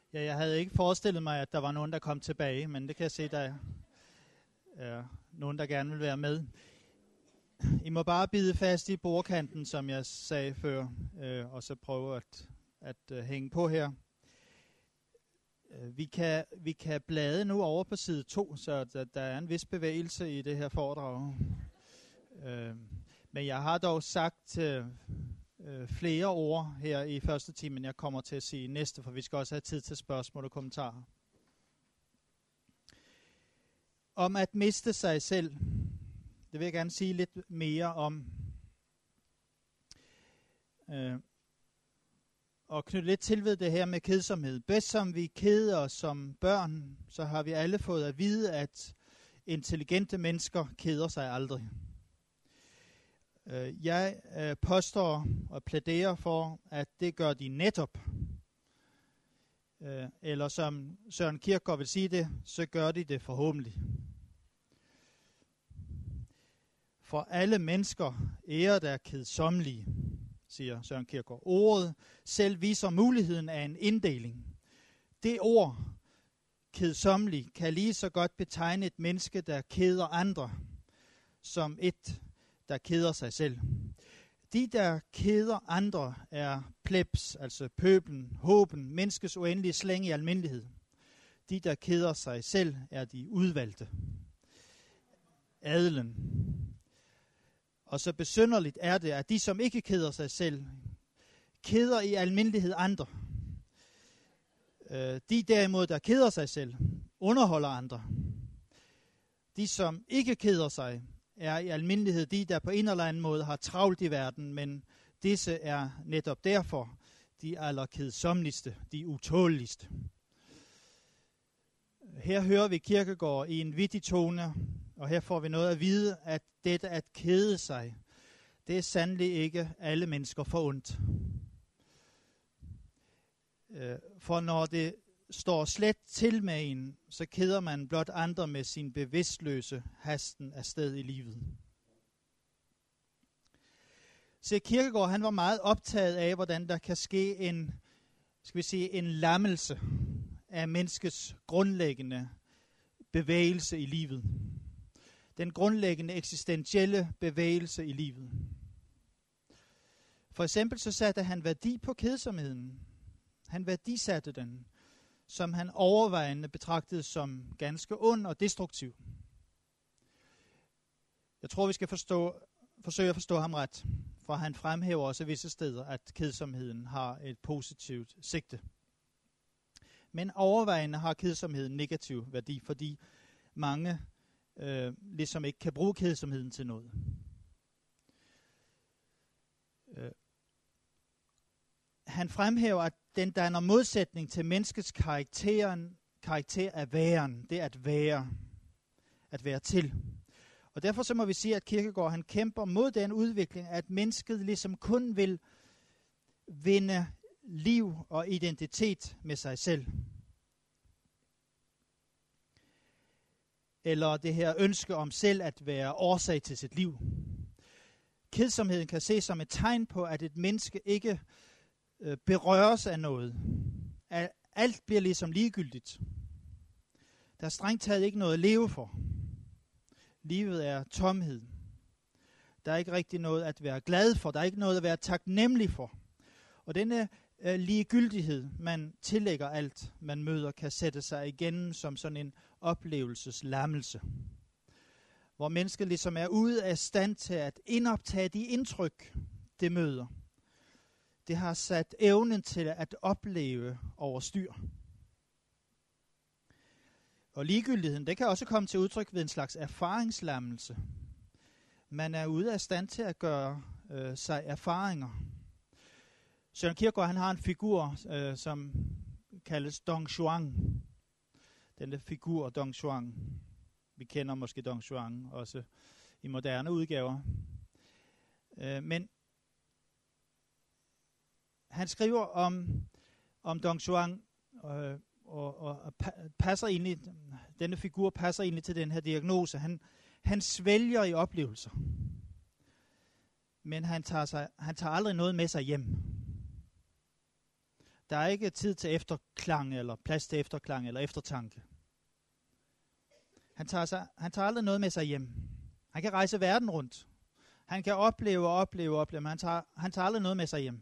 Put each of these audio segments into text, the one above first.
Ja, jeg havde ikke forestillet mig, at der var nogen, der kom tilbage, men det kan jeg se, der er nogen, der gerne vil være med. I må bare bide fast i bordkanten, som jeg sagde før, og så prøve at hænge på her. Vi kan blade nu over på side 2, så der er en vis bevægelse i det her foredrag. Men jeg har dog sagt flere ord her i første time, jeg kommer til at sige næste, for vi skal også have tid til spørgsmål og kommentarer. Om at miste sig selv, det vil jeg gerne sige lidt mere om. Og knytte lidt til ved det her med kedsomhed. Bedst som vi keder os som børn, så har vi alle fået at vide, at intelligente mennesker keder sig aldrig. Jeg påstår og plæderer for, at det gør de netop. Eller som Søren Kierkegaard vil sige det, så gør de det forhåbentlig. For alle mennesker ærer der kedsommelige, siger Søren Kierkegaard. Ordet selv viser muligheden af en inddeling. Det ord, kedsommelig, kan lige så godt betegne et menneske, der keder andre, som et, der keder sig selv. De, der keder andre, er plebs, altså pøblen, håben, menneskets uendelige slæng i almindelighed. De, der keder sig selv, er de udvalgte. Adelen. Og så besynderligt er det, at de, som ikke keder sig selv, keder i almindelighed andre. De derimod, der keder sig selv, underholder andre. De, som ikke keder sig, er i almindelighed de, der på en eller anden måde har travlt i verden, men disse er netop derfor de allerkedsommeligste, de utåleligste. Her hører vi Kierkegaard i en vittig tone, og her får vi noget at vide, at dette at kede sig, det er sandelig ikke alle mennesker forundt. For når det står slet til med en, så keder man blot andre med sin bevidstløse hasten afsted i livet. Så Kierkegaard, han var meget optaget af, hvordan der kan ske en lammelse af menneskets grundlæggende bevægelse i livet. Den grundlæggende eksistentielle bevægelse i livet. For eksempel så satte han værdi på kedsomheden. Han værdisatte den, som han overvejende betragtede som ganske ond og destruktiv. Jeg tror, vi skal forsøge at forstå ham ret, for han fremhæver også visse steder, at kedsomheden har et positivt sigte. Men overvejende har kedsomheden negativ værdi, fordi mange ligesom ikke kan bruge kedsomheden til noget. Han fremhæver, at den danner modsætning til menneskets karakter af væren. Det er at være til. Og derfor så må vi sige, at Kierkegaard han kæmper mod den udvikling, at mennesket ligesom kun vil vinde liv og identitet med sig selv. Eller det her ønske om selv at være årsag til sit liv. Kedsomheden kan ses som et tegn på, at et menneske ikke berøres af noget. Alt bliver ligesom ligegyldigt. Der er strengt taget ikke noget at leve for. Livet er tomhed. Der er ikke rigtig noget at være glad for. Der er ikke noget at være taknemmelig for. Og denne ligegyldighed, man tillægger alt, man møder, kan sætte sig igennem som sådan en oplevelseslammelse. Hvor mennesket ligesom er ude af stand til at indoptage de indtryk, det møder. Det har sat evnen til at opleve over styr. Og ligegyldigheden, det kan også komme til udtryk ved en slags erfaringslammelse. Man er ude af stand til at gøre sig erfaringer. Søren Kierkegaard, han har en figur, som kaldes Don Juan. Denne figur, Don Juan. Vi kender måske Don Juan også i moderne udgaver. Men han skriver om Don Juan, og passer egentlig, denne figur passer egentlig til den her diagnose. Han svælger i oplevelser, men han tager aldrig noget med sig hjem. Der er ikke tid til efterklang, eller plads til efterklang, eller eftertanke. Han tager aldrig noget med sig hjem. Han kan rejse verden rundt. Han kan opleve, men han tager aldrig noget med sig hjem.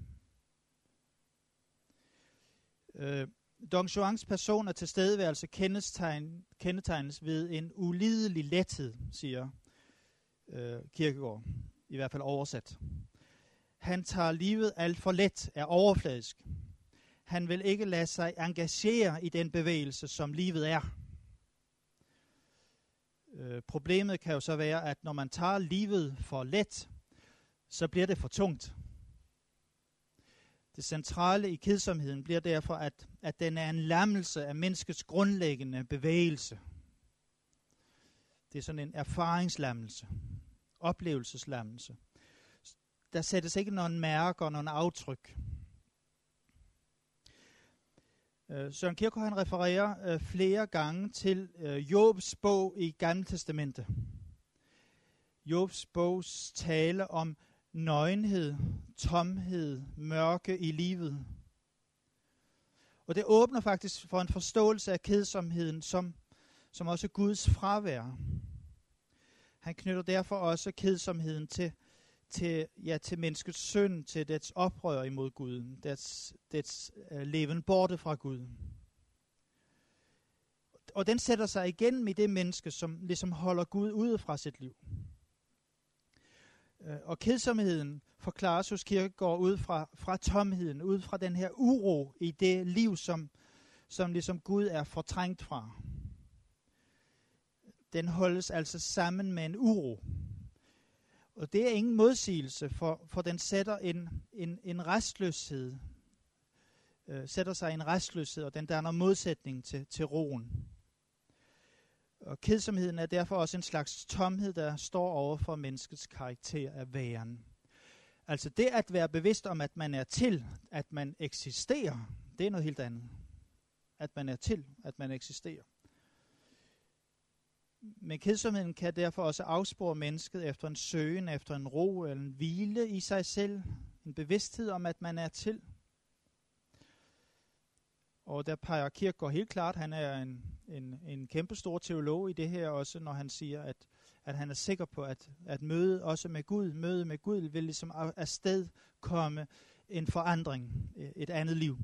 Don Juans person og tilstedeværelse kendetegnes ved en ulidelig lethed, siger Kierkegaard, i hvert fald oversat. Han tager livet alt for let, er overfladisk. Han vil ikke lade sig engagere i den bevægelse, som livet er. Problemet kan jo så være, at når man tager livet for let, så bliver det for tungt. Det centrale i kedsomheden bliver derfor, at den er en lammelse af menneskets grundlæggende bevægelse. Det er sådan en erfaringslammelse, oplevelseslammelse. Der sættes ikke nogen mærker og nogen aftryk. Søren Kierkegaard han refererer flere gange til Jobs bog i Gamle Testamente. Jobs bogs tale om nøgenhed, tomhed, mørke i livet. Og det åbner faktisk for en forståelse af kedsomheden som også Guds fravær. Han knytter derfor også kedsomheden til menneskets synd, til dets oprør imod Gud, dets leven borte fra Gud. Og den sætter sig igen i det menneske, som ligesom holder Gud ude fra sit liv. Og kedsomheden forklares hos Kierkegaard ud fra tomheden, ud fra den her uro i det liv, som ligesom Gud er fortrængt fra. Den holdes altså sammen med en uro. Og det er ingen modsigelse, for den sætter en restløshed, sætter sig en restløshed, og den danner modsætning til roen. Og kedsomheden er derfor også en slags tomhed, der står over for menneskets karakter af væren. Altså det at være bevidst om, at man er til, at man eksisterer, det er noget helt andet. At man er til, at man eksisterer. Men kedsomheden kan derfor også afspore mennesket efter en søgen, efter en ro eller en hvile i sig selv. En bevidsthed om, at man er til. Og der peger Kierkegaard helt klart, han er en kæmpestor teolog i det her også, når han siger, at han er sikker på, at møde med Gud vil ligesom afsted komme en forandring, et andet liv.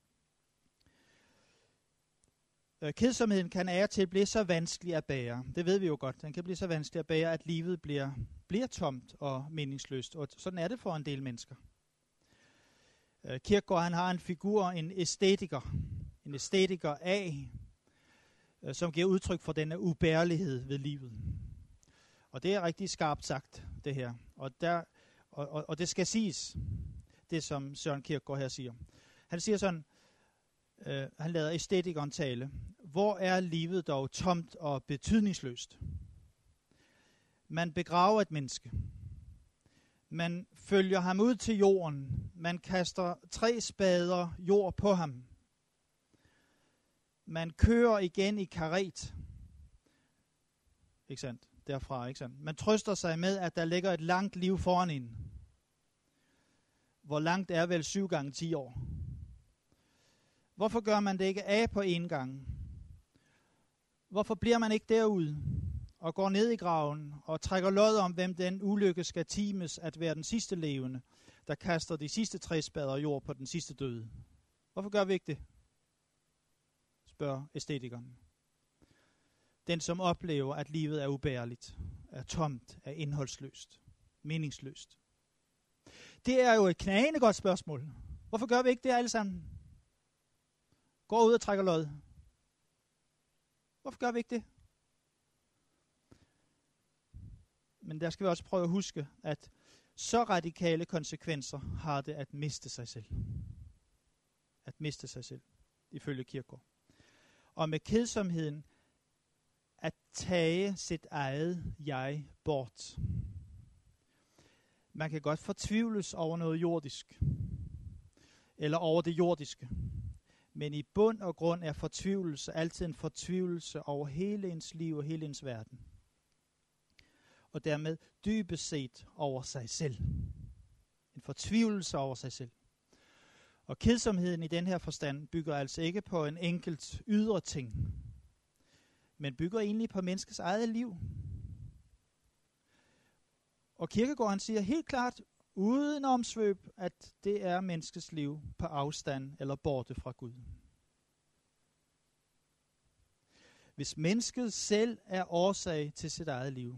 Kedsomheden kan af og til blive så vanskelig at bære. Det ved vi jo godt. Den kan blive så vanskelig at bære, at livet bliver tomt og meningsløst. Og sådan er det for en del mennesker. Kierkegaard han har en figur, en æstetiker af, som giver udtryk for denne ubærlighed ved livet. Og det er rigtig skarpt sagt, det her. Og det skal siges, det som Søren Kierkegaard her siger. Han siger sådan, han lader æstetikeren tale. Hvor er livet dog tomt og betydningsløst? Man begraver et menneske. Man følger ham ud til jorden. Man kaster 3 spader jord på ham. Man kører igen i karet. Ikke sandt? Derfra, ikke sandt? Man trøster sig med, at der ligger et langt liv foran en. Hvor langt er vel 7 gange 10 år? Hvorfor gør man det ikke af på en gang? Hvorfor bliver man ikke derude og går ned i graven og trækker lod om, hvem den ulykke skal times at være den sidste levende, der kaster de sidste 3 spader jord på den sidste døde? Hvorfor gør vi ikke det? Spørger æstetikeren. Den, som oplever, at livet er ubærligt, er tomt, er indholdsløst, meningsløst. Det er jo et knagende godt spørgsmål. Hvorfor gør vi ikke det alle sammen? Går ud og trækker lod. Hvorfor gør vi ikke det? Men der skal vi også prøve at huske, at så radikale konsekvenser har det at miste sig selv. At miste sig selv, ifølge Kierkegaard. Og med kedsomheden at tage sit eget jeg bort. Man kan godt fortvivles over noget jordisk, eller over det jordiske. Men i bund og grund er fortvivlelse altid en fortvivlelse over hele ens liv og hele ens verden. Og dermed dybest set over sig selv. En fortvivlelse over sig selv. Og kedsomheden i den her forstand bygger altså ikke på en enkelt ydre ting, men bygger egentlig på menneskets eget liv. Og Kierkegaard han siger helt klart, uden omsvøb, at det er menneskets liv på afstand eller borte fra Gud. Hvis mennesket selv er årsag til sit eget liv,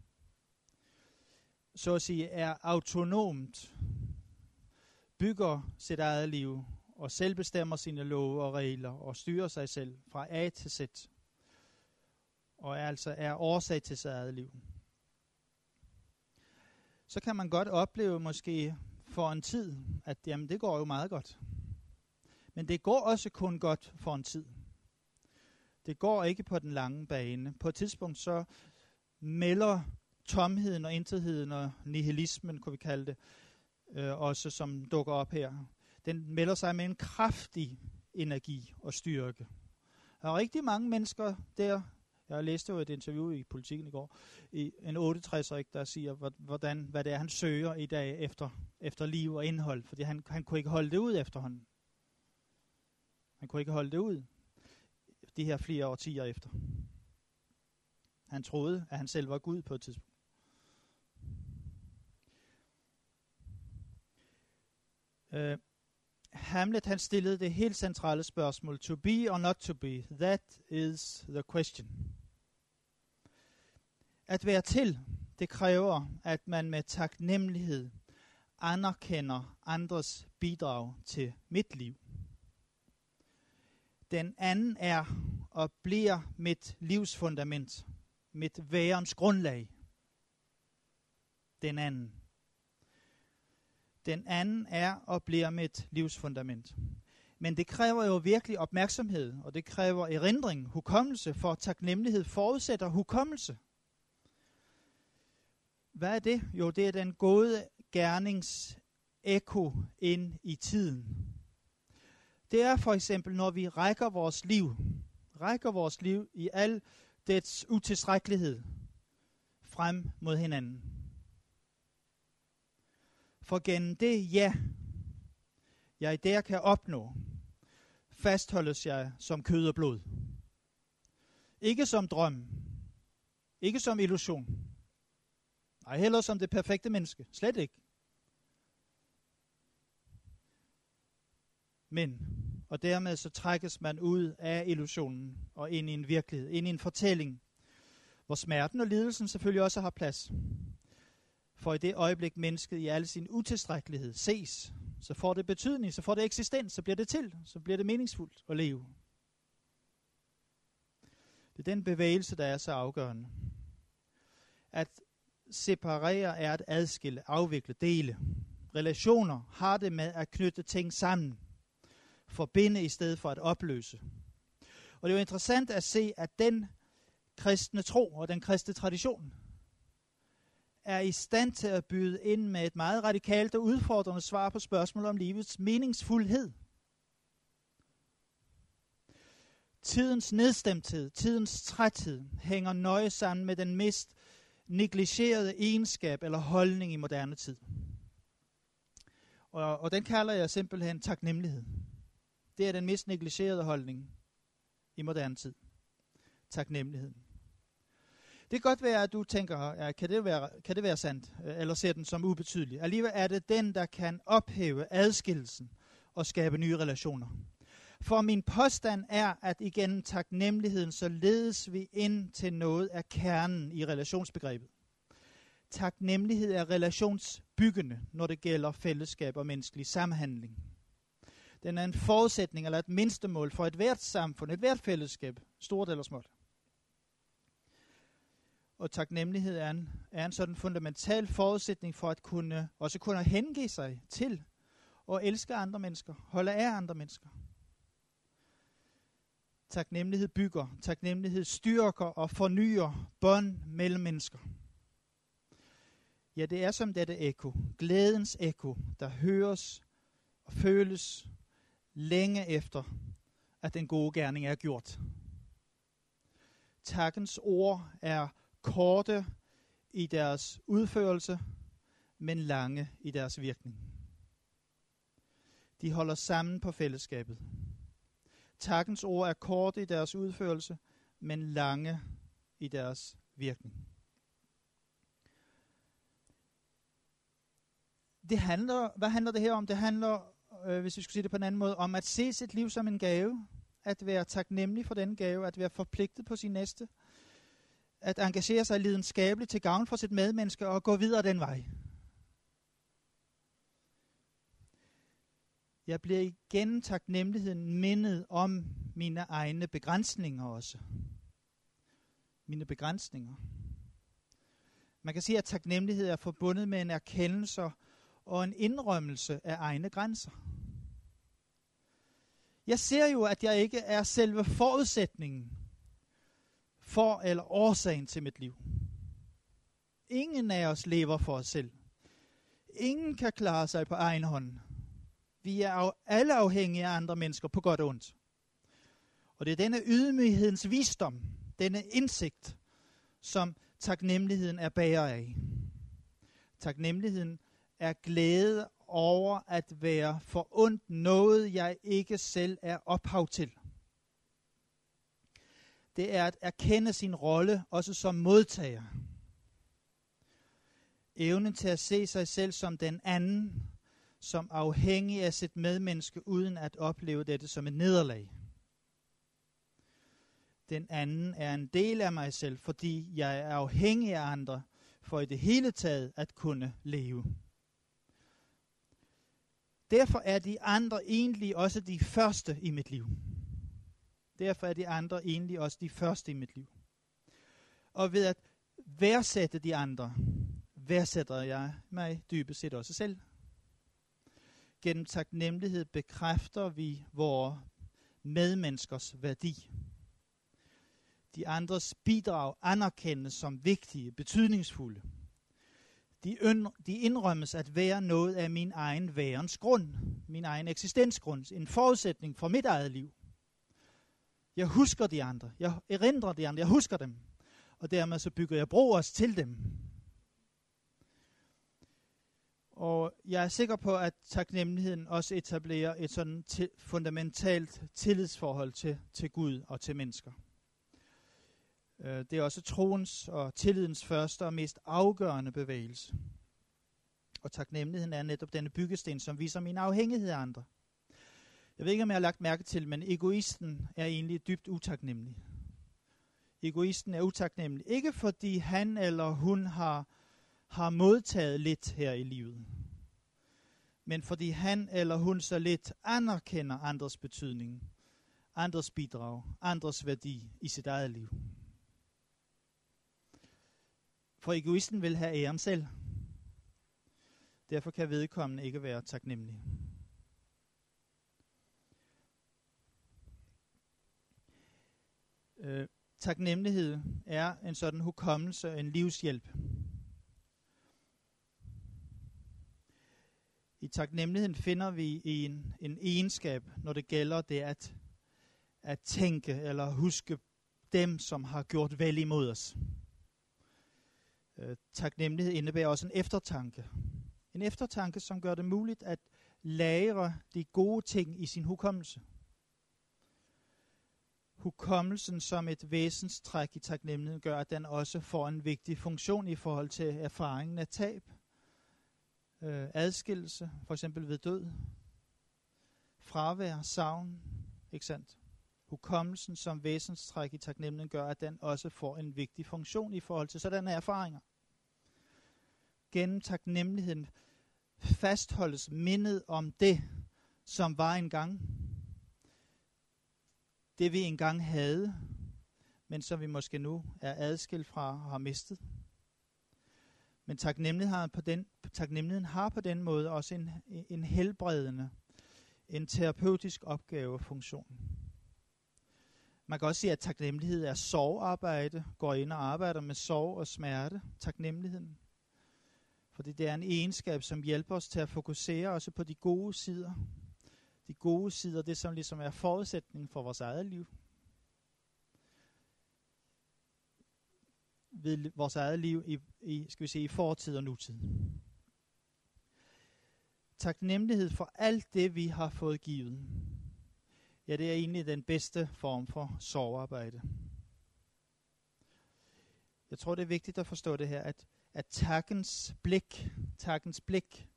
så at sige er autonomt, bygger sit eget liv og selv bestemmer sine love og regler og styrer sig selv fra A til Z, og altså er årsag til sit eget liv, så kan man godt opleve måske for en tid, at jamen, det går jo meget godt. Men det går også kun godt for en tid. Det går ikke på den lange bane. På et tidspunkt så melder tomheden og intetheden og nihilismen, kunne vi kalde det, også som dukker op her. Den melder sig med en kraftig energi og styrke. Der er rigtig mange mennesker der. Jeg læste jo et interview i Politiken i går, i en 68-årig, der siger, hvad det er, han søger i dag efter liv og indhold, fordi han kunne ikke holde det ud efterhånden. Han kunne ikke holde det ud de her flere årtier efter. Han troede, at han selv var Gud på et tidspunkt. Hamlet han stillede det helt centrale spørgsmål, to be or not to be, that is the question. At være til, det kræver, at man med taknemmelighed anerkender andres bidrag til mit liv. Den anden er og bliver mit livsfundament, mit værens grundlag. Den anden er og bliver mit livsfundament. Men det kræver jo virkelig opmærksomhed, og det kræver erindring, hukommelse, for taknemmelighed forudsætter hukommelse. Hvad er det? Jo, det er den gode gernings ekko ind i tiden. Det er for eksempel, når vi rækker vores liv i al dets utilstrækkelighed frem mod hinanden. For gennem det jeg der kan opnå, fastholdes jeg som kød og blod. Ikke som drøm, ikke som illusion, nej heller som det perfekte menneske, slet ikke. Men, og dermed så trækkes man ud af illusionen og ind i en virkelighed, ind i en fortælling, hvor smerten og lidelsen selvfølgelig også har plads. For i det øjeblik mennesket i al sin utilstrækkelighed ses, så får det betydning, så får det eksistens, så bliver det til, så bliver det meningsfuldt at leve. Det er den bevægelse, der er så afgørende. At separere er at adskille, afvikle, dele. Relationer har det med at knytte ting sammen. Forbinde i stedet for at opløse. Og det er jo interessant at se, at den kristne tro og den kristne tradition er i stand til at byde ind med et meget radikalt og udfordrende svar på spørgsmålet om livets meningsfuldhed. Tidens nedstemthed, tidens træthed hænger nøje sammen med den mest negligerede egenskab eller holdning i moderne tid. Og den kalder jeg simpelthen taknemmelighed. Det er den mest negligerede holdning i moderne tid. Taknemmeligheden. Det kan godt være, at du tænker, ja, kan det være sandt, eller ser den som ubetydelig. Alligevel er det den, der kan ophæve adskillelsen og skabe nye relationer. For min påstand er, at igennem taknemmeligheden, så ledes vi ind til noget af kernen i relationsbegrebet. Taknemmelighed er relationsbyggende, når det gælder fællesskab og menneskelig samhandling. Den er en forudsætning eller et mindstemål for et hvert samfund, et hvert fællesskab, stort eller småt. Og taknemmelighed er en sådan fundamental forudsætning for at kunne hengive sig til og elske andre mennesker, holde af andre mennesker. Taknemmelighed bygger, taknemmelighed styrker og fornyer bånd mellem mennesker. Ja, det er som dette ekko, glædens ekko, der høres og føles længe efter, at den gode gerning er gjort. Takkens ord er korte i deres udførelse, men lange i deres virkning. De holder sammen på fællesskabet. Takkens ord er korte i deres udførelse, men lange i deres virkning. Hvad handler det her om? Det handler, hvis vi skulle sige det på en anden måde, om at se sit liv som en gave, at være taknemmelig for den gave, at være forpligtet på sin næste, at engagere sig lidenskabeligt til gavn for sit medmenneske og gå videre den vej. Jeg bliver igen taknemmeligheden mindet om mine egne begrænsninger også. Mine begrænsninger. Man kan sige, at taknemmelighed er forbundet med en erkendelse og en indrømmelse af egne grænser. Jeg ser jo, at jeg ikke er selve forudsætningen for eller årsagen til mit liv. Ingen af os lever for os selv. Ingen kan klare sig på egen hånd. Vi er alle afhængige af andre mennesker på godt og ondt. Og det er denne ydmyghedens visdom, denne indsigt, som taknemmeligheden er bærer af. Taknemmeligheden er glæde over at være forundt noget, jeg ikke selv er ophav til. Det er at erkende sin rolle også som modtager. Evnen til at se sig selv som den anden, som afhængig af sit medmenneske, uden at opleve dette som et nederlag. Den anden er en del af mig selv, fordi jeg er afhængig af andre, for i det hele taget at kunne leve. Derfor er de andre egentlig også de første i mit liv. Derfor er de andre egentlig også de første i mit liv. Og ved at værdsætte de andre, værdsætter jeg mig dybest set også selv. Gennem taknemmelighed bekræfter vi vores medmenneskers værdi. De andres bidrag anerkendes som vigtige, betydningsfulde. De indrømmes at være noget af min egen værens grund, min egen eksistensgrund, en forudsætning for mit eget liv. Jeg husker de andre, jeg erindrer de andre, jeg husker dem, og dermed så bygger jeg bro også til dem. Og jeg er sikker på, at taknemmeligheden også etablerer et sådan fundamentalt tillidsforhold til Gud og til mennesker. Det er også troens og tillidens første og mest afgørende bevægelse. Og taknemmeligheden er netop denne byggesten, som viser min afhængighed af andre. Jeg ved ikke, om jeg har lagt mærke til, men egoisten er egentlig dybt utaknemmelig. Egoisten er utaknemmelig, ikke fordi han eller hun har modtaget lidt her i livet, men fordi han eller hun så lidt anerkender andres betydning, andres bidrag, andres værdi i sit eget liv. For egoisten vil have æren selv. Derfor kan vedkommende ikke være taknemmelig. Taknemmelighed er en sådan hukommelse, en livshjælp. I taknemmeligheden finder vi en egenskab, når det gælder det at tænke eller huske dem, som har gjort vel imod os. Taknemmelighed indebærer også en eftertanke. En eftertanke, som gør det muligt at lagre de gode ting i sin hukommelse. Hukommelsen som et væsenstræk i taknemmeligheden gør, at den også får en vigtig funktion i forhold til erfaringen af tab, adskillelse, for eksempel ved død, fravær, savn, ikke sandt? Hukommelsen som væsenstræk i taknemmeligheden gør, at den også får en vigtig funktion i forhold til sådanne erfaringer. Gennem taknemmeligheden fastholdes mindet om det, som var engang. Det vi engang havde, men som vi måske nu er adskilt fra og har mistet. Men taknemmeligheden har på den måde også en helbredende, en terapeutisk opgave og funktion. Man kan også sige, at taknemmelighed er sorgarbejde, går ind og arbejder med sorg og smerte, taknemmeligheden. Fordi det er en egenskab, som hjælper os til at fokusere også på de gode sider. De gode sider, det som ligesom er forudsætningen for vores eget liv. Ved vores eget liv i fortid og nutid. taknemmelighed for alt det, vi har fået givet. Ja, det er egentlig den bedste form for sorgarbejde. Jeg tror, det er vigtigt at forstå det her, at takkens blik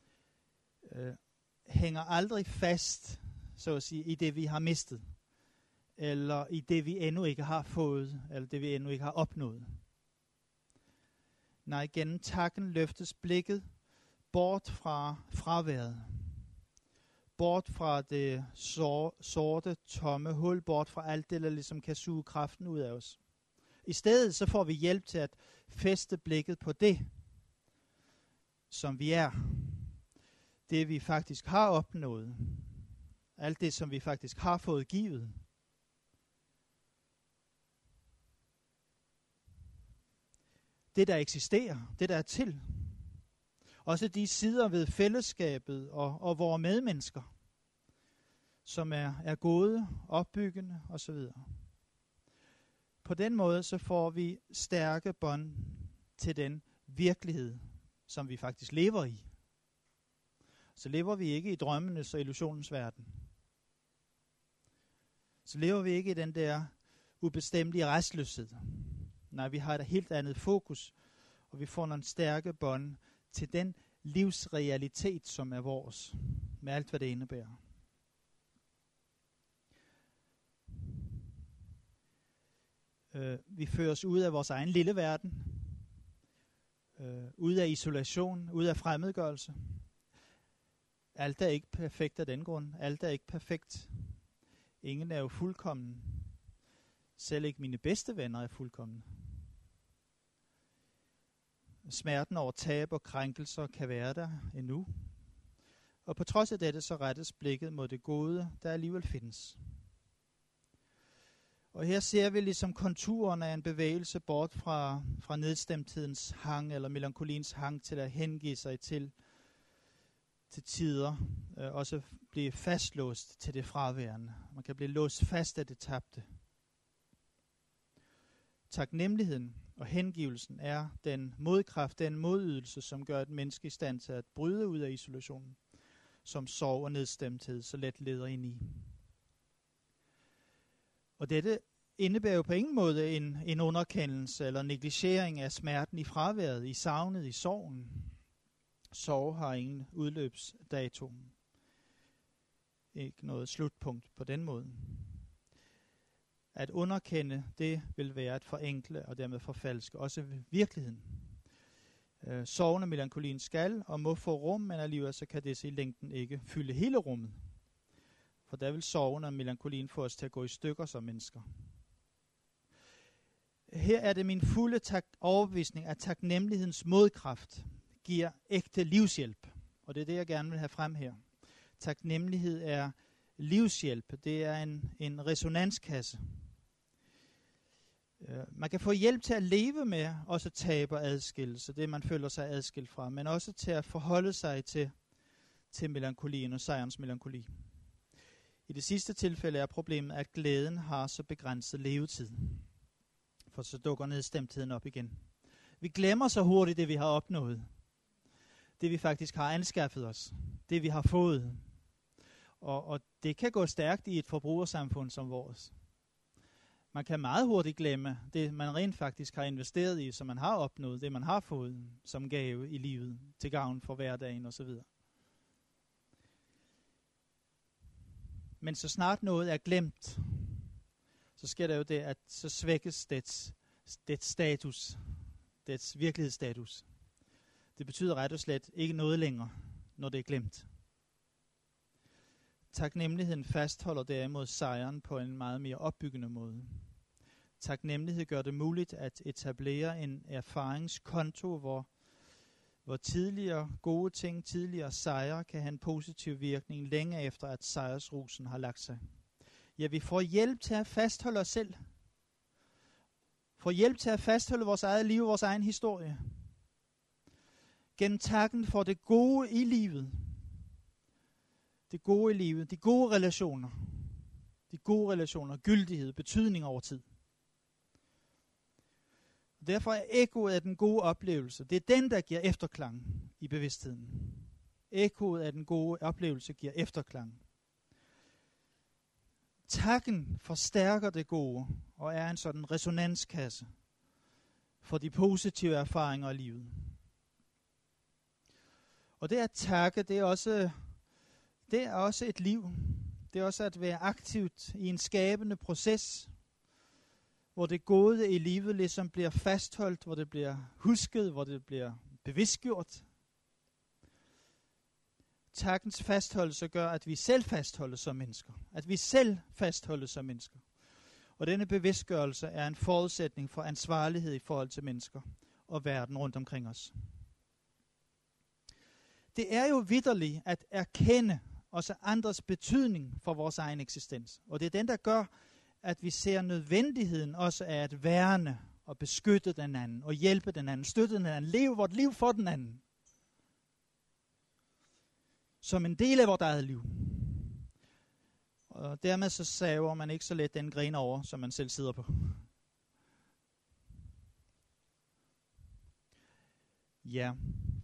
hænger aldrig fast, så at sige, i det, vi har mistet, eller i det, vi endnu ikke har fået, eller det, vi endnu ikke har opnået. Nej, gennem takken løftes blikket bort fra fraværet, bort fra det sorte, tomme hul, bort fra alt det, der ligesom kan suge kraften ud af os. I stedet så får vi hjælp til at fæste blikket på det, som vi er. Det vi faktisk har opnået. Alt det, som vi faktisk har fået givet. Det, der eksisterer. Det, der er til. Også de sider ved fællesskabet og vores medmennesker, som er gode, opbyggende osv. På den måde så får vi stærke bånd til den virkelighed, som vi faktisk lever i. Så lever vi ikke i drømmenes og illusionens verden. Så lever vi ikke i den der ubestemmelige restløshed. Nej, vi har et helt andet fokus, og vi får nogle stærke bånd til den livsrealitet, som er vores, med alt hvad det indebærer. Vi føres ud af vores egen lille verden, ud af isolation, ud af fremmedgørelse. Alt er ikke perfekt af den grund. Alt er ikke perfekt. Ingen er jo fuldkommen. Selv ikke mine bedste venner er fuldkomne. Smerten over tab og krænkelser kan være der endnu. Og på trods af dette, så rettes blikket mod det gode, der alligevel findes. Og her ser vi ligesom konturerne af en bevægelse bort fra nedstemthedens hang, eller melankoliens hang til at hengive sig til tider, også blive fastlåst til det fraværende. Man kan blive låst fast af det tabte. Taknemmeligheden og hengivelsen er den modkraft, den modydelse, som gør et menneske i stand til at bryde ud af isolationen, som sorg og nedstemthed så let leder ind i. Og dette indebærer jo på ingen måde en underkendelse eller negligering af smerten i fraværet, i savnet, i sorgen. Sorg har ingen udløbsdato. Ikke noget slutpunkt på den måde. At underkende, det vil være at forenkle og dermed forfalske også virkeligheden. Sorgen og melankolien skal og må få rum, men alligevel så kan det i længden ikke fylde hele rummet. For der vil sorgen og melankolien få os til at gå i stykker som mennesker. Her er det min fulde overbevisning, at taknemmelighedens modkraft giver ægte livshjælp. Og det er det, jeg gerne vil have frem her. Taknemmelighed er livshjælp. Det er en resonanskasse. Man kan få hjælp til at leve med også tab og adskillelse, det man føler sig adskilt fra, men også til at forholde sig til melankolien og sejrens melankoli. I det sidste tilfælde er problemet, at glæden har så begrænset levetid, for så dukker nedstemtheden op igen. Vi glemmer så hurtigt det, vi har opnået, det vi faktisk har anskaffet os, det vi har fået. Og det kan gå stærkt i et forbrugersamfund som vores. Man kan meget hurtigt glemme det, man rent faktisk har investeret i, som man har opnået, det man har fået som gave i livet, til gavn for hverdagen osv. Men så snart noget er glemt, så sker der jo det, at så svækkes dets status, dets virkelighedsstatus. Det betyder ret og slet ikke noget længere, når det er glemt. Taknemmeligheden fastholder derimod sejren på en meget mere opbyggende måde. Taknemmelighed gør det muligt at etablere en erfaringskonto, hvor tidligere gode ting, tidligere sejre kan have en positiv virkning længe efter, at sejrsrusen har lagt sig. Ja, vi får hjælp til at fastholde os selv. Får hjælp til at fastholde vores eget liv, vores egen historie. Gennem takken for det gode i livet. Det gode i livet, de gode relationer, gyldighed, betydning over tid. Derfor er ekkoet af den gode oplevelse, det er den, der giver efterklang i bevidstheden. Ekkoet af den gode oplevelse giver efterklang. Takken forstærker det gode og er en sådan resonanskasse for de positive erfaringer af livet. Og det at takke, det er også et liv. Det er også at være aktivt i en skabende proces, hvor det gode i livet ligesom bliver fastholdt, hvor det bliver husket, hvor det bliver bevidstgjort. Takkens fastholdelse gør, at vi selv fastholdes som mennesker. At vi selv fastholdes som mennesker. Og denne bevidstgørelse er en forudsætning for ansvarlighed i forhold til mennesker og verden rundt omkring os. Det er jo vitterligt at erkende også andres betydning for vores egen eksistens. Og det er den, der gør, at vi ser nødvendigheden også af at værne og beskytte den anden og hjælpe den anden, støtte den anden, leve vort liv for den anden. Som en del af vort eget liv. Og dermed så saver man ikke så let den gren over, som man selv sidder på. Ja.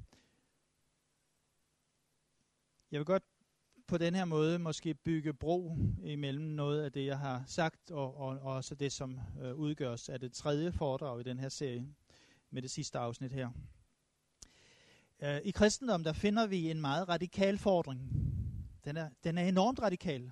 Jeg vil godt på den her måde måske bygge bro imellem noget af det, jeg har sagt, og også det, som udgøres af det tredje foredrag i den her serie, med det sidste afsnit her. I kristendom, der finder vi en meget radikal fordring. Den er enormt radikal.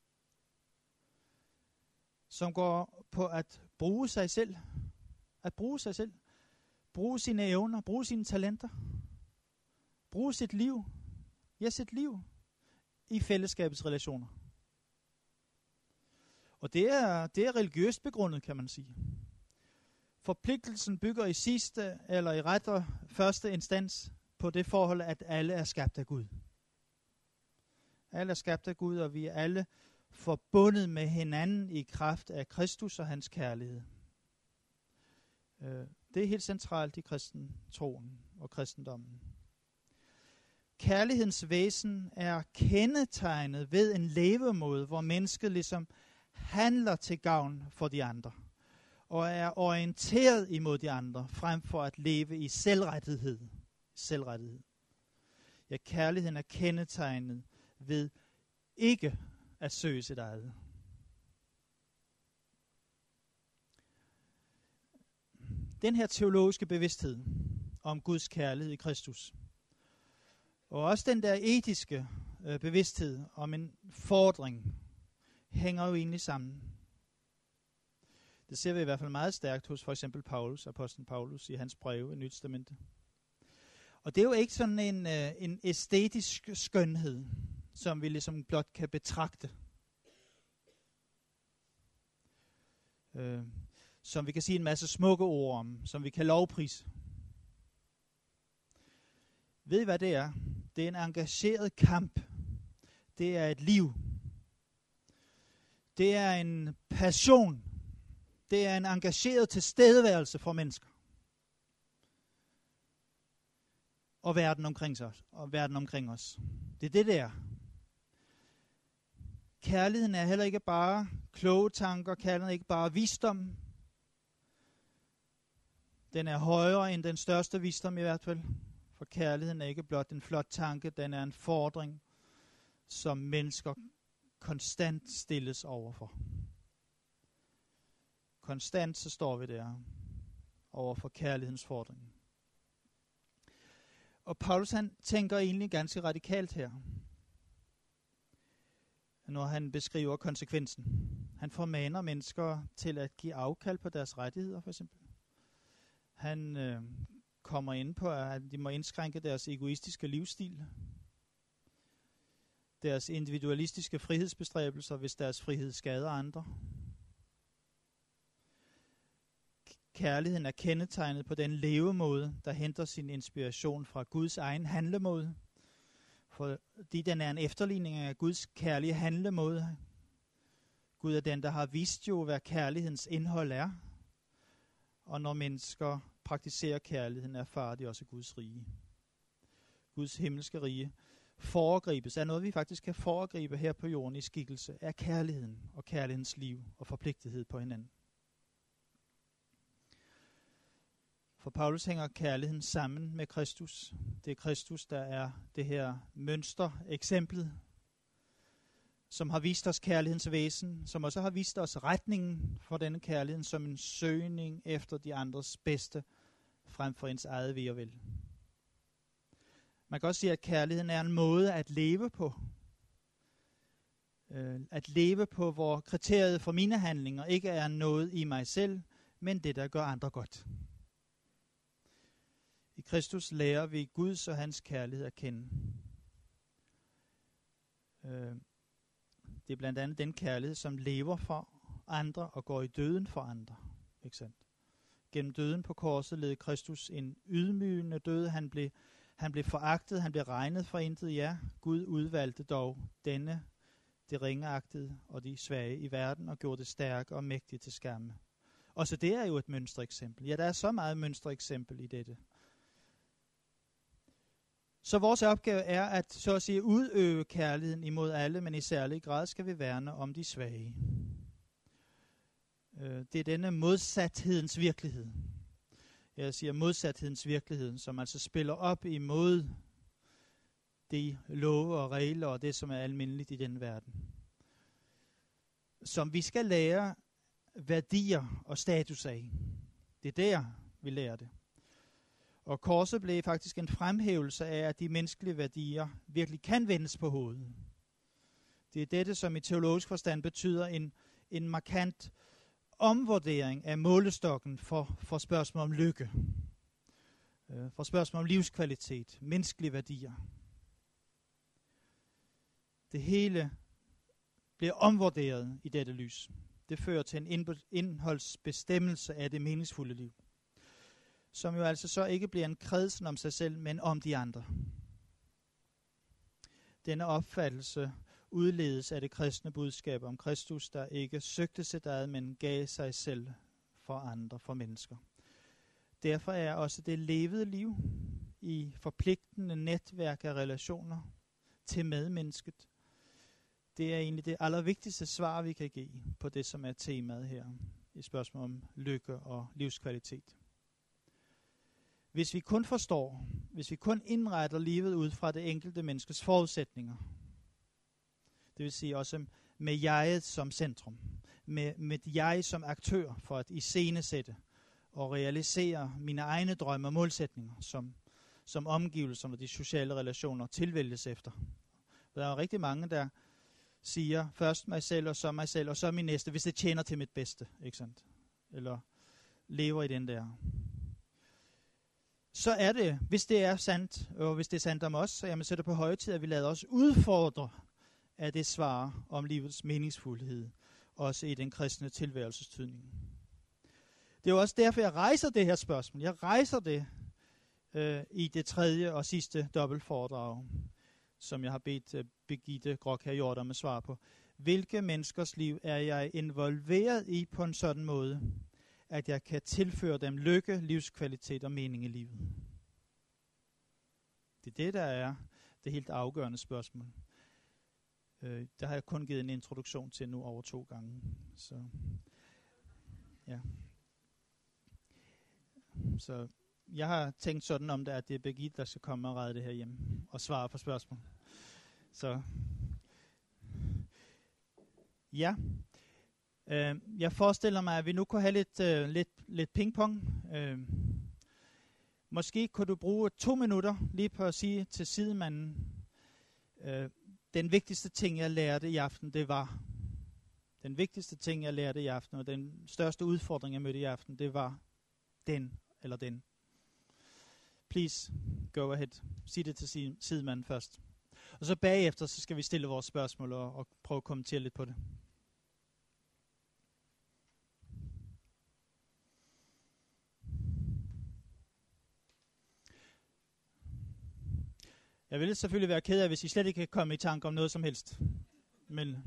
Som går på at bruge sig selv. At bruge sig selv. Bruge sine evner, bruge sine talenter. Bruge sit liv. Ja, sit liv. I fællesskabets relationer. Og det er religiøst begrundet, kan man sige. Forpligtelsen bygger i sidste eller i rettere første instans på det forhold, at alle er skabt af Gud. Alle er skabt af Gud, og vi er alle forbundet med hinanden i kraft af Kristus og hans kærlighed. Det er helt centralt i kristentroen og kristendommen. Kærlighedens væsen er kendetegnet ved en levemåde, hvor mennesket ligesom handler til gavn for de andre, og er orienteret imod de andre, frem for at leve i selvrettighed. Ja, kærligheden er kendetegnet ved ikke at søge sit eget. Den her teologiske bevidsthed om Guds kærlighed i Kristus, og også den der etiske bevidsthed om en fordring, hænger jo egentlig sammen. Det ser vi i hvert fald meget stærkt hos for eksempel Paulus, apostlen Paulus, i hans breve i Nyt Testamente. Og det er jo ikke sådan en æstetisk skønhed, som vi ligesom blot kan betragte. Som vi kan sige en masse smukke ord om, som vi kan lovprise. Ved I, hvad det er? Det er en engageret kamp. Det er et liv. Det er en passion. Det er en engageret tilstedeværelse for mennesker. Og verden omkring os. Det er det er. Kærligheden er heller ikke bare kloge tanker. Kærligheden er ikke bare visdom. Den er højere end den største visdom i hvert fald. For kærligheden er ikke blot en flot tanke. Den er en fordring, som mennesker konstant stilles overfor. Konstant så står vi der overfor kærlighedens fordring. Og Paulus han tænker egentlig ganske radikalt her, når han beskriver konsekvensen. Han formaner mennesker til at give afkald på deres rettigheder, for eksempel. Han kommer ind på, at de må indskrænke deres egoistiske livsstil, deres individualistiske frihedsbestræbelser, hvis deres frihed skader andre. Kærligheden er kendetegnet på den levemåde, der henter sin inspiration fra Guds egen handlemåde, fordi den er en efterligning af Guds kærlige handlemåde. Gud er den, der har vist jo, hvad kærlighedens indhold er, og når mennesker praktiserer kærligheden, erfarer de også Guds rige. Guds himmelske rige foregribes af noget, vi faktisk kan foregribe her på jorden i skikkelse af kærligheden og kærlighedens liv og forpligtethed på hinanden. For Paulus hænger kærligheden sammen med Kristus. Det er Kristus, der er det her mønster, eksemplet, som har vist os kærlighedens væsen, som også har vist os retningen for denne kærlighed som en søgning efter de andres bedste, frem for ens eget ve og vel. Man kan også sige, at kærligheden er en måde at leve på. At leve på, hvor kriteriet for mine handlinger ikke er noget i mig selv, men det, der gør andre godt. I Kristus lærer vi Guds og hans kærlighed at kende. Det er blandt andet den kærlighed, som lever for andre og går i døden for andre. Ikke sandt? Gennem døden på korset led Kristus en ydmygende død. Han blev foragtet, han blev regnet for intet. Ja, Gud udvalgte dog denne, det ringeagtede og de svage i verden, og gjorde det stærke og mægtige til skamme. Og så det er jo et mønstereksempel. Ja, der er så meget mønstereksempel i dette. Så vores opgave er at, så at sige, udøve kærligheden imod alle, men i særlig grad skal vi værne om de svage. Det er denne modsathedens virkelighed. Jeg siger modsathedens virkelighed, som altså spiller op imod de love og regler og det, som er almindeligt i den verden. Som vi skal lære værdier og status af. Det er der, vi lærer det. Og korset blev faktisk en fremhævelse af, at de menneskelige værdier virkelig kan vendes på hovedet. Det er dette, som i teologisk forstand betyder en markant omvurdering af målestokken for spørgsmål om lykke. For spørgsmål om livskvalitet, menneskelige værdier. Det hele bliver omvurderet i dette lys. Det fører til en indholdsbestemmelse af det meningsfulde liv. Som jo altså så ikke bliver en kredsen om sig selv, men om de andre. Denne opfattelse udledes af det kristne budskab om Kristus, der ikke søgte sit eget, men gav sig selv for andre, for mennesker. Derfor er også det levede liv i forpligtende netværk af relationer til medmennesket. Det er egentlig det allervigtigste svar, vi kan give på det, som er temaet her i spørgsmål om lykke og livskvalitet. Hvis vi kun forstår, hvis vi kun indretter livet ud fra det enkelte menneskes forudsætninger, det vil sige også med jeget som centrum, med jeg som aktør for at iscenesætte og realisere mine egne drømme og målsætninger, som omgivelserne og de sociale relationer tilvælges efter. Der er rigtig mange, der siger først mig selv, og så min næste, hvis det tjener til mit bedste, ikke sandt? Eller lever i den der. Så er det, hvis det er sandt, og hvis det er sandt om os, så er det på høje tid, at vi lader os udfordre af det svar om livets meningsfuldhed, også i den kristne tilværelsestydning. Det er jo også derfor, jeg rejser det her spørgsmål. Jeg rejser det i det tredje og sidste dobbeltforedrag, som jeg har bedt Birgitte Grok Jordan om at svare på. Hvilke menneskers liv er jeg involveret i på en sådan måde, at jeg kan tilføre dem lykke, livskvalitet og mening i livet? Det er det, der er det helt afgørende spørgsmål. Der har jeg kun givet en introduktion til nu over 2 gange. Så, ja. Så jeg har tænkt sådan om det, at det er Birgitte, der skal komme og redde det her hjem og svare på spørgsmål. Så ja. Jeg forestiller mig, at vi nu kunne have lidt pingpong. Måske kunne du bruge 2 minutter lige på at sige til sidemanden, den vigtigste ting, jeg lærte i aften, det var. Den vigtigste ting, jeg lærte i aften, og den største udfordring, jeg mødte i aften, det var den eller den. Please, go ahead. Sig det til sidemanden først. Og så bagefter, så skal vi stille vores spørgsmål og prøve at kommentere lidt på det. Jeg ville selvfølgelig være ked af, hvis I slet ikke kan komme i tanke om noget som helst. Men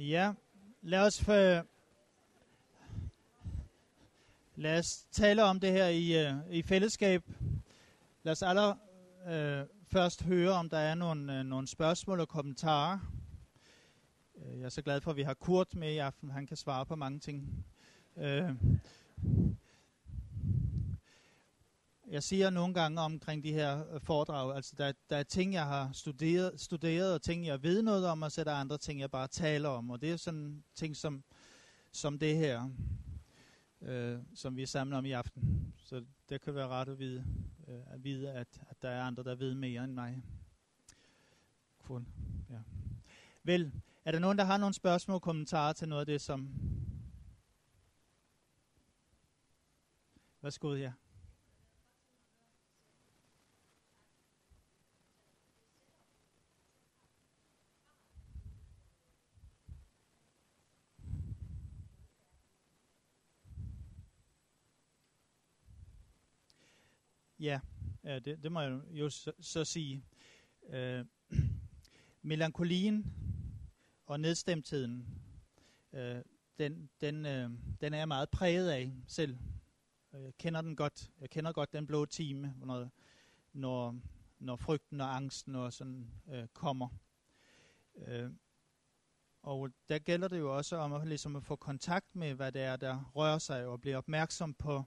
Ja, lad os tale om det her i fællesskab. Lad os først høre, om der er nogle spørgsmål og kommentarer. Jeg er så glad for, at vi har Kurt med i aften. Han kan svare på mange ting. Jeg siger nogle gange omkring de her foredrag, altså der er ting, jeg har studeret og ting, jeg ved noget om, og så er der andre ting, jeg bare taler om. Og det er sådan ting som det her, som vi er samlet om i aften. Så det kan være rart at vide, at der er andre, der ved mere end mig. Cool. Ja. Vel, er der nogen, der har nogle spørgsmål og kommentarer til noget af det, som... Værsgo, ja. Ja, det må jeg jo så sige. Melankolien og nedstemtheden, den er jeg meget præget af selv. Jeg kender den godt. Jeg kender godt den blå time, når frygten og angsten og sådan kommer. Og der gælder det jo også om ligesom at få kontakt med, hvad det er, der rører sig, og blive opmærksom på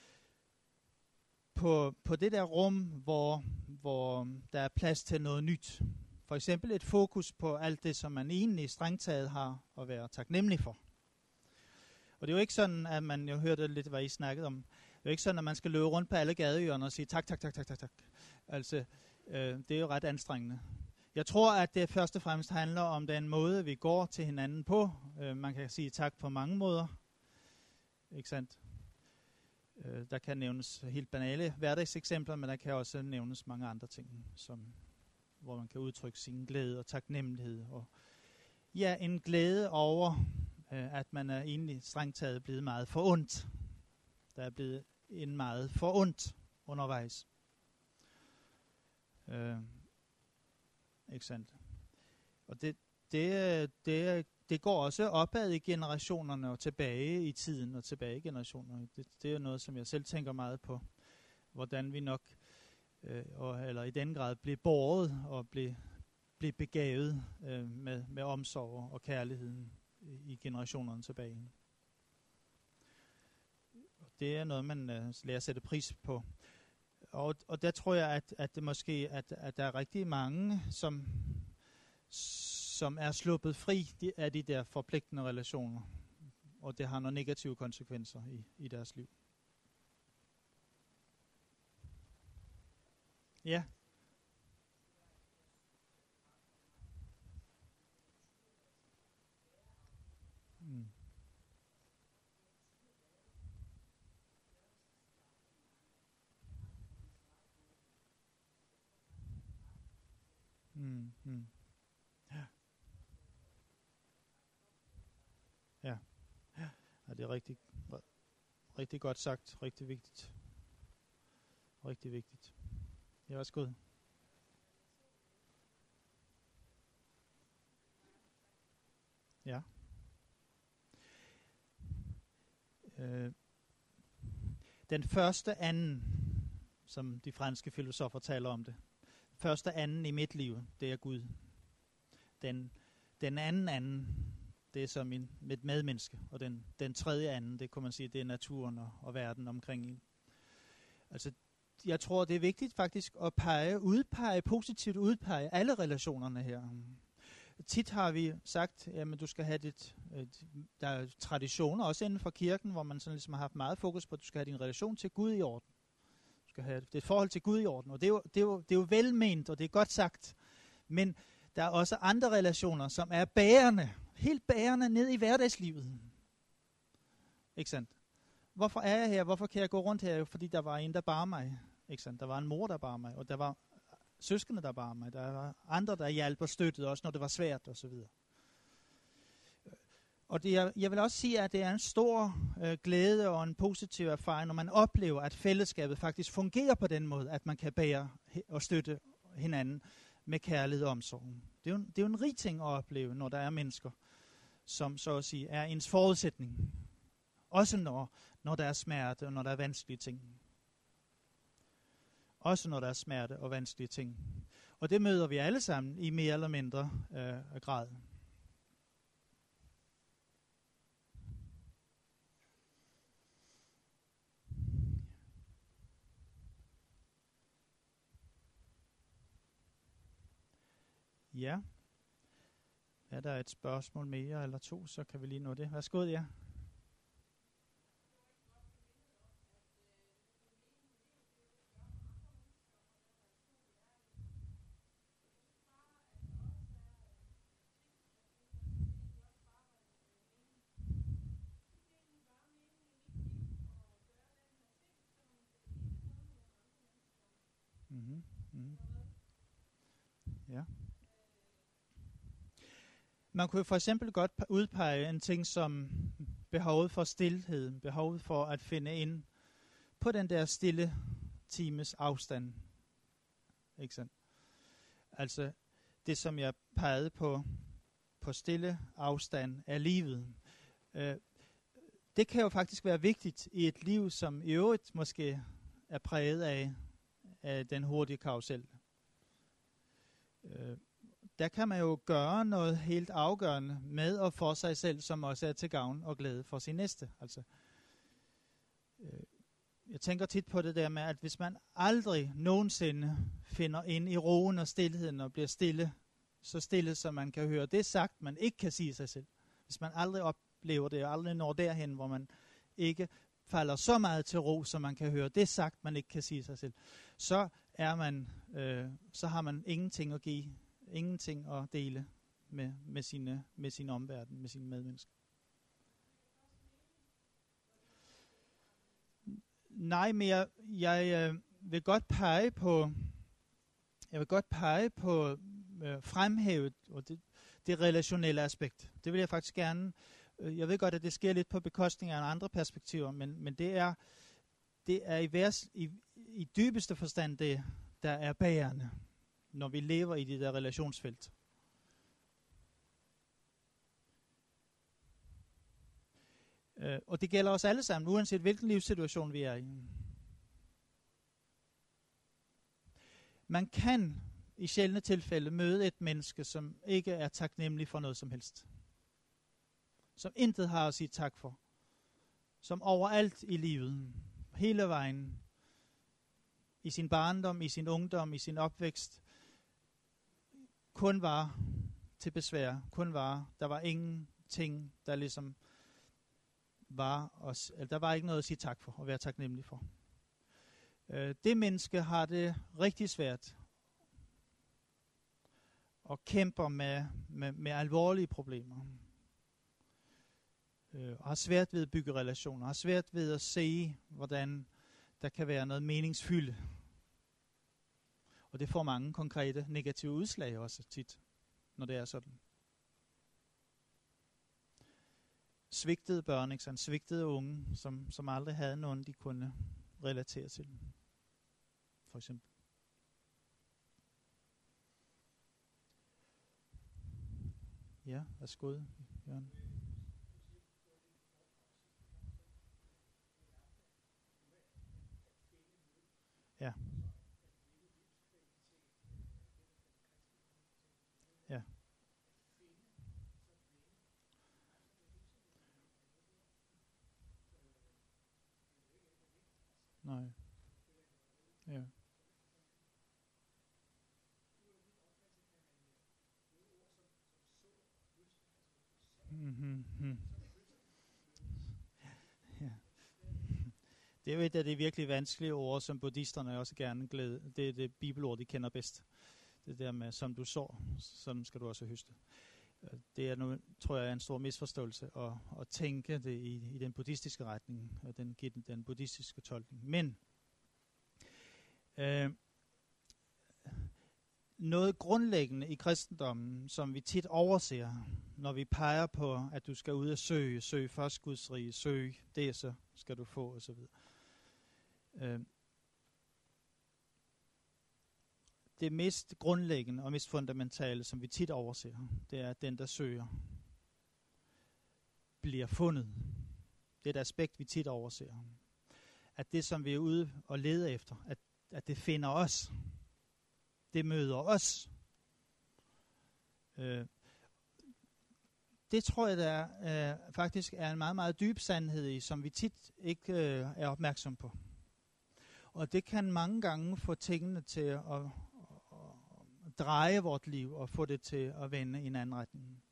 det der rum, hvor der er plads til noget nyt. For eksempel et fokus på alt det, som man egentlig strengt taget har at være taknemmelig for. Og det er jo ikke sådan, at man, jeg hørte lidt, hvad I snakkede om, det er jo ikke sådan, at man skal løbe rundt på alle gadehjørner og sige tak. Altså, det er jo ret anstrengende. Jeg tror, at det først og fremmest handler om den måde, vi går til hinanden på. Man kan sige tak på mange måder. Ikke sandt? Der kan nævnes helt banale hverdagseksempler, men der kan også nævnes mange andre ting, hvor man kan udtrykke sin glæde og taknemmelighed. Og ja, en glæde over, at man er egentlig strengt taget blevet meget forundt. Der er blevet en meget forundt undervejs. Ikke sandt? Og det går også opad i generationerne og tilbage i tiden og tilbage i generationerne. Det er jo noget, som jeg selv tænker meget på. Hvordan vi nok, eller i den grad, bliver båret og bliver begavet med omsorg og kærligheden i generationerne tilbage. Det er noget, man lærer at sætte pris på. Og der tror jeg, at det måske at der er rigtig mange, som er sluppet fri af de der forpligtende relationer, og det har nogle negative konsekvenser i deres liv. Ja. Mm. Ja. Ja. Ja, det er rigtig godt sagt. Rigtig vigtigt. Rigtig vigtigt. Det er også godt. Ja. Den første anden, som de franske filosofer taler om det. Første anden i mit liv, det er Gud. Den anden, det er som mit medmenneske. Og den tredje anden, det kan man sige, det er naturen og verden omkring en. Altså, jeg tror, det er vigtigt faktisk at positivt udpege alle relationerne her. Tit har vi sagt, jamen du skal have der er traditioner også inden for kirken, hvor man sådan ligesom har haft meget fokus på, at du skal have din relation til Gud i orden. Du skal have det forhold til Gud i orden, og det er jo velment, og det er godt sagt. Men der er også andre relationer, som er bærende, helt bærende ned i hverdagslivet. Ikke sandt? Hvorfor er jeg her? Hvorfor kan jeg gå rundt her? Fordi der var en, der bar mig. Ikke sandt? Der var en mor, der bar mig, og der var søskende, der bar mig. Der var andre, der hjalp og støttede, også når det var svært og så videre. Og jeg vil også sige, at det er en stor glæde og en positiv erfaring, når man oplever, at fællesskabet faktisk fungerer på den måde, at man kan bære og støtte hinanden med kærlighed og omsorg. Det er jo en rig ting at opleve, når der er mennesker, som så at sige er ens forudsætning. Også når der er smerte og når der er vanskelige ting. Også når der er smerte og vanskelige ting. Og det møder vi alle sammen i mere eller mindre grad. Ja. Er der et spørgsmål mere eller to, så kan vi lige nå det. Værsgo, ja. Mm-hmm. Mm-hmm. Ja. Man kunne for eksempel godt udpege en ting som behovet for stilhed, behovet for at finde ind på den der stille times afstand. Ikke sandt? Altså det, som jeg pegede på stille afstand af livet. Det kan jo faktisk være vigtigt i et liv, som i øvrigt måske er præget af den hurtige karusel. Der kan man jo gøre noget helt afgørende med og for sig selv, som også er til gavn og glæde for sin næste. Altså, jeg tænker tit på det der med, at hvis man aldrig nogensinde finder ind i roen og stillheden og bliver stille, så stille, som man kan høre det sagt, man ikke kan sige sig selv. Hvis man aldrig oplever det og aldrig når derhen, hvor man ikke falder så meget til ro, som man kan høre det sagt, man ikke kan sige sig selv, så har man ingenting at give, ingenting at dele med sin omverden, med sine medmennesker. Nej, men jeg vil godt pege på fremhævet og det relationelle aspekt. Det vil jeg faktisk gerne. Jeg ved godt, at det sker lidt på bekostning af andre perspektiver, men det er i dybeste forstand det, der er bærende, når vi lever i det der relationsfelt. Og det gælder os alle sammen, uanset hvilken livssituation vi er i. Man kan i sjældne tilfælde møde et menneske, som ikke er taknemmelig for noget som helst. Som intet har at sige tak for. Som overalt i livet, hele vejen, i sin barndom, i sin ungdom, i sin opvækst, kun var til besvær. Der var ingenting, der ligesom der var ikke noget at sige tak for, og være taknemmelig for. Det menneske har det rigtig svært og kæmper med alvorlige problemer. Og har svært ved at bygge relationer, har svært ved at se, hvordan der kan være noget meningsfylde. Og det får mange konkrete negative udslag også tit, når det er sådan. Svigtede børn, ikke sant? Svigtede unge, som aldrig havde nogen, de kunne relatere til. For eksempel. Ja, værsgo, Jørgen. Ja. Ja. Nej. Ja. Mm-hmm. Ja. Det er jo et af de virkelig vanskelige ord, som buddhisterne også gerne glæder. Det er det bibelord, de kender bedst. Det der med, som du sår, sådan skal du også høste. Det er nu, tror jeg, en stor misforståelse at tænke det i den buddhistiske retning, og den buddhistiske tolkning. Men noget grundlæggende i kristendommen, som vi tit overser, når vi peger på, at du skal ud og søge først Guds rige, søg det, så skal du få, osv. Det mest grundlæggende og mest fundamentale, som vi tit overser, det er den, der søger. bliver fundet. Det er et aspekt, vi tit overser. At det, som vi er ude og leder efter, at det finder os. Det møder os. Det tror jeg, der faktisk er en meget, meget dyb sandhed i, som vi tit ikke er opmærksom på. Og det kan mange gange få tingene til at dreje vort liv og få det til at vende i en anden retning.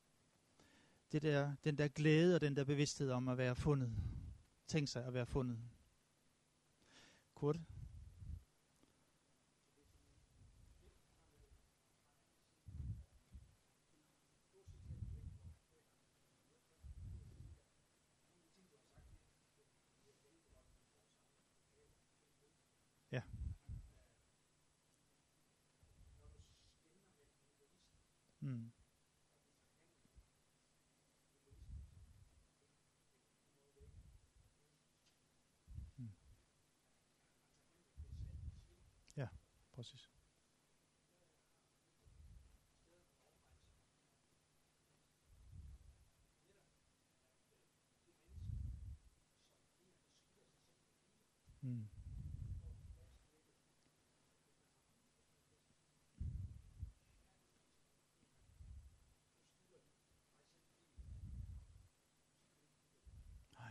Den der glæde og den der bevidsthed om at være fundet. Tænk sig at være fundet. Kurt? Ja. Mm. Mm. Ja, præcis. Mm. Nej.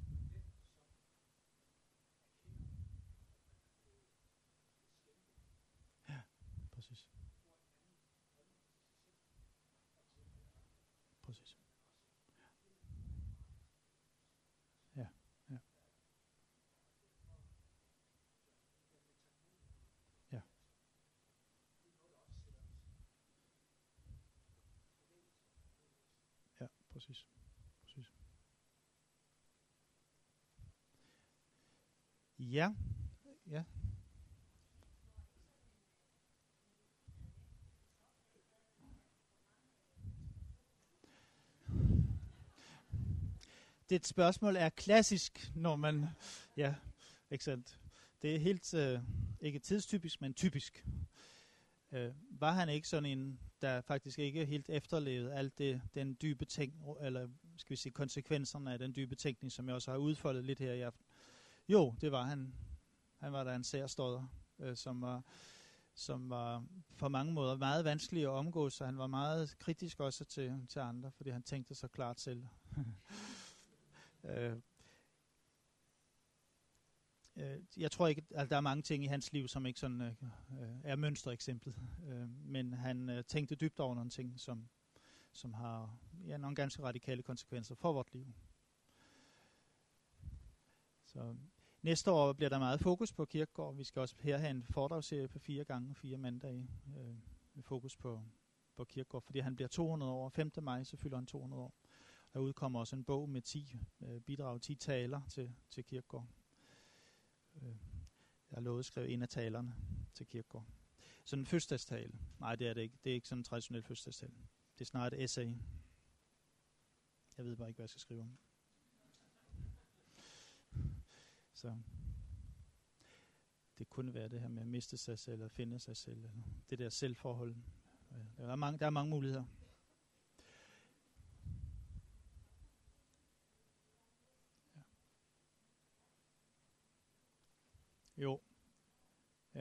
Ja, præcis. Præcis. Ja, ja. Ja. Ja, præcis. Præcis. Ja. Ja. Det spørgsmål er klassisk, når man... Ja, ikke sandt. Det er helt, ikke tidstypisk, men typisk. Var han ikke sådan en, der faktisk ikke helt efterlevede alt det, den dybe ting, eller skal vi sige konsekvenserne af den dybe tænkning, som jeg også har udfoldet lidt her i aften? Jo, det var han. Han var da en særstodder, som var på mange måder meget vanskelig at omgås, så han var meget kritisk også til andre, fordi han tænkte så klart selv. Jeg tror ikke, at der er mange ting i hans liv, som ikke sådan er mønstereksemplet, men han tænkte dybt over nogle ting, som har nogle ganske radikale konsekvenser for vort liv. Så næste år bliver der meget fokus på Kierkegaard. Vi skal også her have en foredragsserie på 4 gange 4 mandage med fokus på Kierkegaard, fordi han bliver 200 år. 5. maj, så fylder han 200 år. Der udkommer også en bog med 10 bidrag, 10 taler til Kierkegaard. Jeg har lovet at skrive en af talerne til Kierkegaard. Sådan en fødselsdagstale. Nej, det er det ikke. Det er ikke sådan en traditionel fødselsdagstale. Det er snart et essay. Jeg ved bare ikke, hvad jeg skal skrive om. Så det kunne være det her med at miste sig selv, eller finde sig selv, eller det der selvforhold. Der er mange muligheder. Ja. Jo. Ja.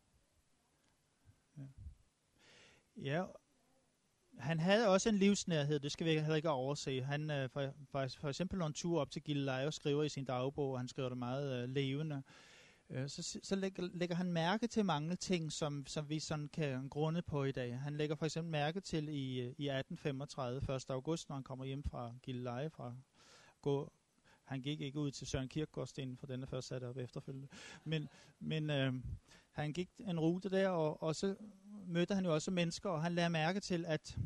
Ja. Ja. Han havde også en livsnærhed, det skal vi heller ikke overse. Han for eksempel nogle ture op til Gilleleje og skriver i sin dagbog, og han skriver det meget levende. Så lægger han mærke til mange ting, som vi sådan kan grunde på i dag. Han lægger for eksempel mærke til i 1835, 1. august, når han kommer hjem fra Gilleleje. Han gik ikke ud til Søren Kierkegaard-stenen, for den er først sat op efterfølgende. Men han gik en rute der, og så mødte han jo også mennesker, og han lagde mærke til,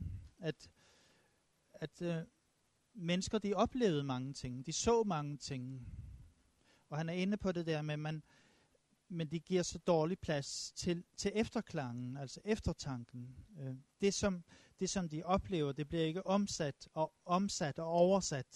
at mennesker, de oplevede mange ting. De så mange ting. Og han er inde på det der med, men de giver så dårlig plads til efterklangen, altså eftertanken. Det som de oplever, det bliver ikke omsat og oversat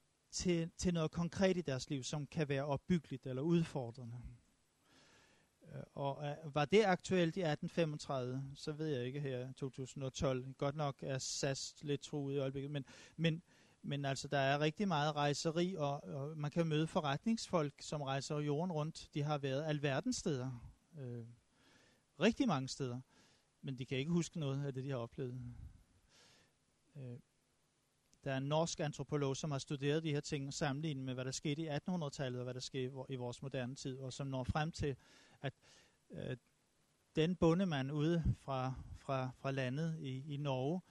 til noget konkret i deres liv, som kan være opbyggeligt eller udfordrende. Og var det aktuelt i 1835, så ved jeg ikke her 2012. Godt nok er SAS lidt truet i øjeblikket, men altså der er rigtig meget rejseri, og man kan møde forretningsfolk, som rejser jorden rundt. De har været alverdens steder. Rigtig mange steder. Men de kan ikke huske noget af det, de har oplevet. Der er en norsk antropolog, som har studeret de her ting og sammenlignet med, hvad der skete i 1800-tallet og hvad der skete i vores moderne tid, og som når frem til, at den bondemand ude fra landet i Norge,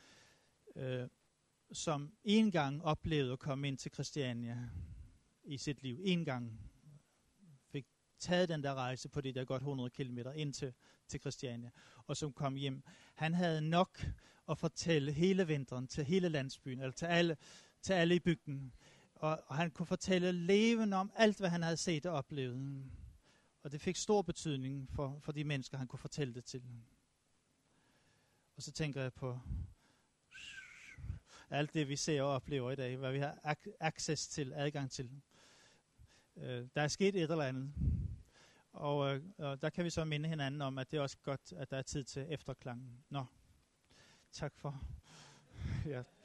som en gang oplevede at komme ind til Christiania i sit liv, en gang fik taget den der rejse på det der godt 100 kilometer ind til Christiania, og som kom hjem. Han havde nok at fortælle hele vinteren til hele landsbyen, eller til alle i bygden. Og han kunne fortælle levende om alt, hvad han havde set og oplevet. Og det fik stor betydning for de mennesker, han kunne fortælle det til. Og så tænker jeg på alt det, vi ser og oplever i dag, hvad vi har access til, adgang til. Der er sket et eller andet. Og der kan vi så minde hinanden om, at det er også godt, at der er tid til efterklangen. Nå, tak for. Ja.